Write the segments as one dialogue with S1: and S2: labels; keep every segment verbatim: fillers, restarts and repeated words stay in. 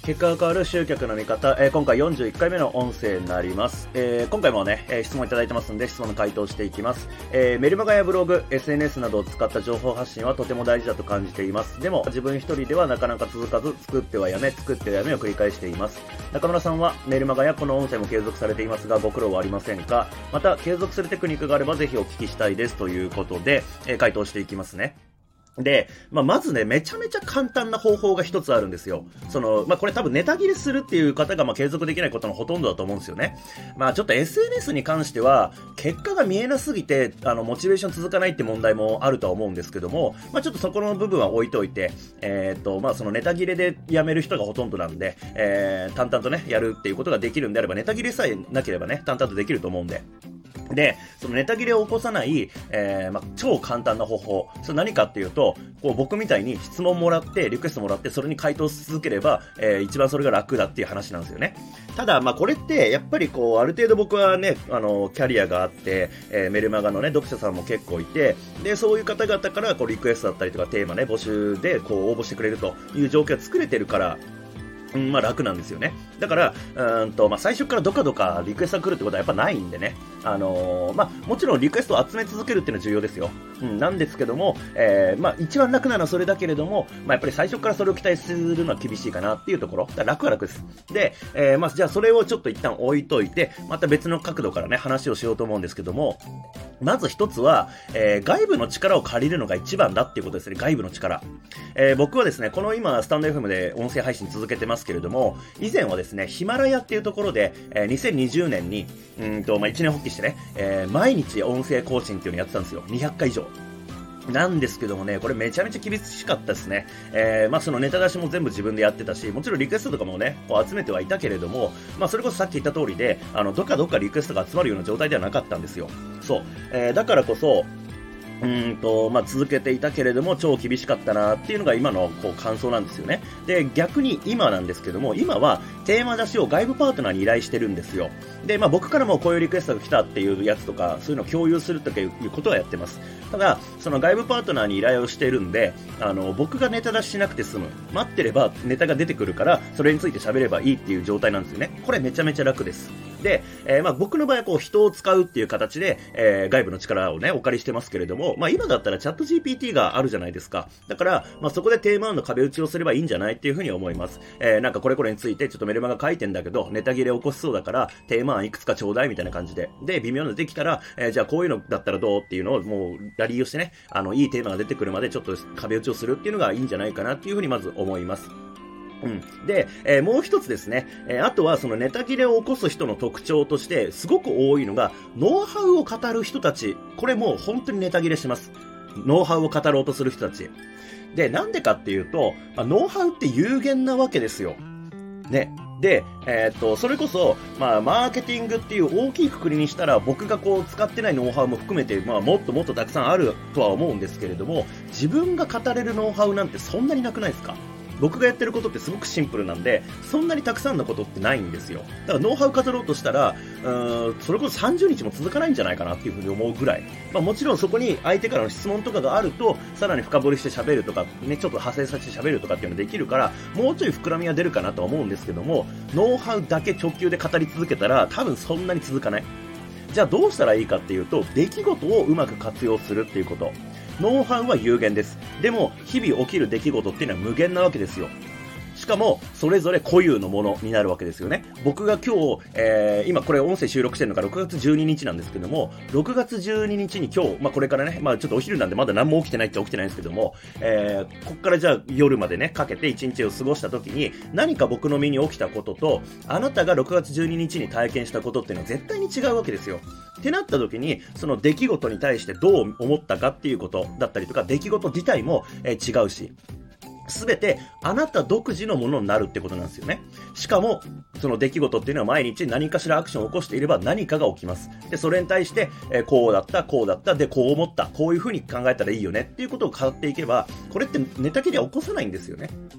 S1: 結果が変わる集客の見方、えー、今回よんじゅういっかいめの音声になります。えー、今回もね、えー、質問いただいてますので質問の回答していきます。えー、メルマガやブログ、エスエヌエス などを使った情報発信はとても大事だと感じています。でも自分一人ではなかなか続かず、作ってはやめ、作ってはやめを繰り返しています。中村さんはメルマガやこの音声も継続されていますが、ご苦労はありませんか？また継続するテクニックがあればぜひお聞きしたいですということで、えー、回答していきますね。で、まあ、まずね、めちゃめちゃ簡単な方法が一つあるんですよ。その、まあ、これ多分ネタ切れするっていう方が、まあ、継続できないことのほとんどだと思うんですよね。まあ、ちょっと エスエヌエス に関しては、結果が見えなすぎて、あの、モチベーション続かないって問題もあるとは思うんですけども、まあ、ちょっとそこの部分は置いといて、えー、っと、まあ、そのネタ切れでやめる人がほとんどなんで、えー、淡々とね、やるっていうことができるんであれば、ネタ切れさえなければね、淡々とできると思うんで。で、そのネタ切れを起こさない、えー、まあ、超簡単な方法。それ何かっていうと、こう僕みたいに質問もらって、リクエストもらって、それに回答し続ければ、えー、一番それが楽だっていう話なんですよね。ただ、まあ、これって、やっぱりこう、ある程度僕はね、あの、キャリアがあって、えー、メルマガのね、読者さんも結構いて、で、そういう方々から、こう、リクエストだったりとか、テーマね、募集で、こう、応募してくれるという状況を作れてるから、うん、まあ楽なんですよね。だから、うーんと、まあ最初からどかどかリクエストが来るってことはやっぱないんでね。あのー、まあもちろんリクエストを集め続けるっていうのは重要ですよ。うん、なんですけども、えー、まあ一番楽なのはそれだけれども、まあやっぱり最初からそれを期待するのは厳しいかなっていうところ。だから楽は楽です。で、えー、まあじゃあそれをちょっと一旦置いといて、また別の角度からね、話をしようと思うんですけども、まず一つは、えー、外部の力を借りるのが一番だっていうことですね。外部の力。えー、僕はですね、この今、スタンド エフエム で音声配信続けてますけれども、以前はですね、ヒマラヤっていうところで、えー、にせんにじゅうねんに、うんと、まあ、一年発起してね、えー、毎日音声更新っていうのをやってたんですよ。にひゃっかい以上。なんですけどもね、これめちゃめちゃ厳しかったですね。えー、まあそのネタ出しも全部自分でやってたし、もちろんリクエストとかもね、こう集めてはいたけれども、まあそれこそさっき言った通りで、あの、どっかどっかリクエストが集まるような状態ではなかったんですよ。そう。えー、だからこそ、うーんと、まあ、続けていたけれども超厳しかったなっていうのが今のこう感想なんですよね。で、逆に今なんですけども、今はテーマ出しを外部パートナーに依頼してるんですよ。で、まあ僕からもこういうリクエストが来たっていうやつとか、そういうのを共有するとかいうことはやってます。ただ、その外部パートナーに依頼をしてるんで、あの、僕がネタ出ししなくて済む。待ってればネタが出てくるから、それについて喋ればいいっていう状態なんですよね。これめちゃめちゃ楽です。で、えー、まあ僕の場合はこう人を使うっていう形で、えー、外部の力をね、お借りしてますけれども、まあ今だったらチャット ジーピーティー があるじゃないですか。だから、まあそこでテーマ案の壁打ちをすればいいんじゃないっていうふうに思います。えー、なんかこれこれについてちょっとメルマガ書いてんだけど、ネタ切れ起こしそうだから、テーマ案いくつかちょうだいみたいな感じで。で、微妙なのできたら、えー、じゃあこういうのだったらどうっていうのをもうラリーをしてね、あの、いいテーマが出てくるまでちょっと壁打ちをするっていうのがいいんじゃないかなっていうふうにまず思います。うん。で、えー、もう一つですね、えー、あとはそのネタ切れを起こす人の特徴としてすごく多いのが、ノウハウを語る人たち。これもう本当にネタ切れします。ノウハウを語ろうとする人たち。で、なんでかっていうと、まあ、ノウハウって有限なわけですよ。ね。で、えー、っと、それこそ、まあ、マーケティングっていう大きい括りにしたら、僕がこう、使ってないノウハウも含めて、まあ、もっともっとたくさんあるとは思うんですけれども、自分が語れるノウハウなんてそんなになくないですか？僕がやってることってすごくシンプルなんで、そんなにたくさんのことってないんですよ。だからノウハウ語ろうとしたら、うーん、それこそさんじゅうにちも続かないんじゃないかなっていうふうに思うぐらい。まあもちろんそこに相手からの質問とかがあると、さらに深掘りして喋るとか、ね、ちょっと派生させて喋るとかっていうのができるから、もうちょい膨らみは出るかなとは思うんですけども、ノウハウだけ直球で語り続けたら、多分そんなに続かない。じゃあどうしたらいいかっていうと、出来事をうまく活用するっていうこと。ノウハウは有限です。でも、日々起きる出来事っていうのは無限なわけですよ。しかも、それぞれ固有のものになるわけですよね。僕が今日、えー、今これ音声収録してるのがろくがつじゅうににちなんですけども、ろくがつじゅうににちに今日、まあこれからね、まあちょっとお昼なんでまだ何も起きてないっちゃ起きてないんですけども、えー、こっからじゃあ夜までね、かけて一日を過ごした時に、何か僕の身に起きたことと、あなたがろくがつじゅうににちに体験したことっていうのは絶対に違うわけですよ。ってなった時に、その出来事に対してどう思ったかっていうことだったりとか、出来事自体も、えー、違うし、すべてあなた独自のものになるってことなんですよね。しかも、その出来事っていうのは毎日何かしらアクションを起こしていれば何かが起きます。で、それに対して、えー、こうだった、こうだった、で、こう思った、こういう風に考えたらいいよねっていうことを語っていけば、これってネタ切れは起こさないんですよね。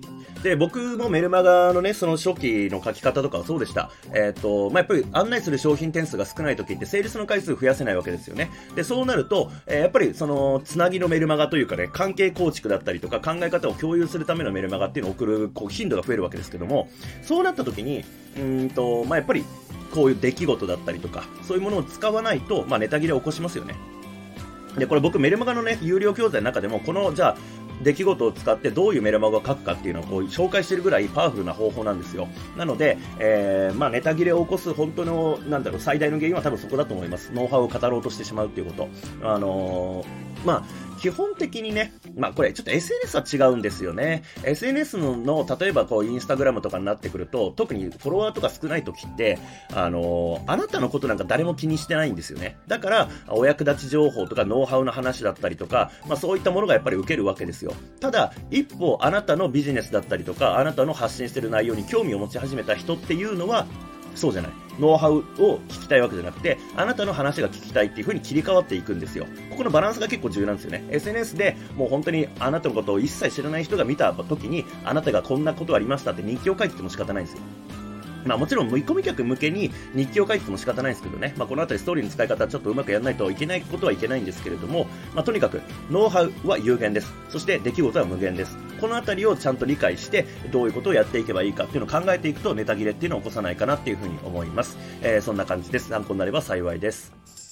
S1: で、僕もメルマガのね、その初期の書き方とかはそうでした。えっと、まあ、やっぱり案内する商品点数が少ない時って、セールスの回数増やせないわけですよね。で、そうなると、えー、やっぱりその、つなぎのメルマガというかね、関係構築だったりとか、考え方を共有するためのメルマガっていうのを送る、こう、頻度が増えるわけですけども、そうなった時に、うーんと、まあ、やっぱり、こういう出来事だったりとか、そういうものを使わないと、まあ、ネタ切れを起こしますよね。で、これ僕メルマガのね、有料教材の中でも、この、じゃあ、出来事を使ってどういうメルマガを書くかっていうのをこう紹介してるぐらいパワフルな方法なんですよ。なので、えー、まあネタ切れを起こす本当の、なんだろう、最大の原因は多分そこだと思います。ノウハウを語ろうとしてしまうっていうこと。あのー、まあ、基本的にね、まあこれちょっと エスエヌエス は違うんですよね。エスエヌエス の、例えばこうインスタグラムとかになってくると、特にフォロワーとか少ない時って、あのー、あなたのことなんか誰も気にしてないんですよね。だから、お役立ち情報とかノウハウの話だったりとか、まあそういったものがやっぱり受けるわけですよ。ただ、一方あなたのビジネスだったりとか、あなたの発信してる内容に興味を持ち始めた人っていうのは、そうじゃない。ノウハウを聞きたいわけじゃなくて、あなたの話が聞きたいっていう風に切り替わっていくんですよ。ここのバランスが結構重要なんですよね。エスエヌエス でもう本当にあなたのことを一切知らない人が見た時に、あなたがこんなことありましたって日記を書いてても仕方ないんですよ。まあもちろん、見込み客向けに日記を書いてても仕方ないですけどね。まあこのあたりストーリーの使い方はちょっとうまくやらないといけないことはいけないんですけれども、まあとにかく、ノウハウは有限です。そして出来事は無限です。このあたりをちゃんと理解して、どういうことをやっていけばいいかっていうのを考えていくと、ネタ切れっていうのを起こさないかなっていうふうに思います。えー、そんな感じです。参考になれば幸いです。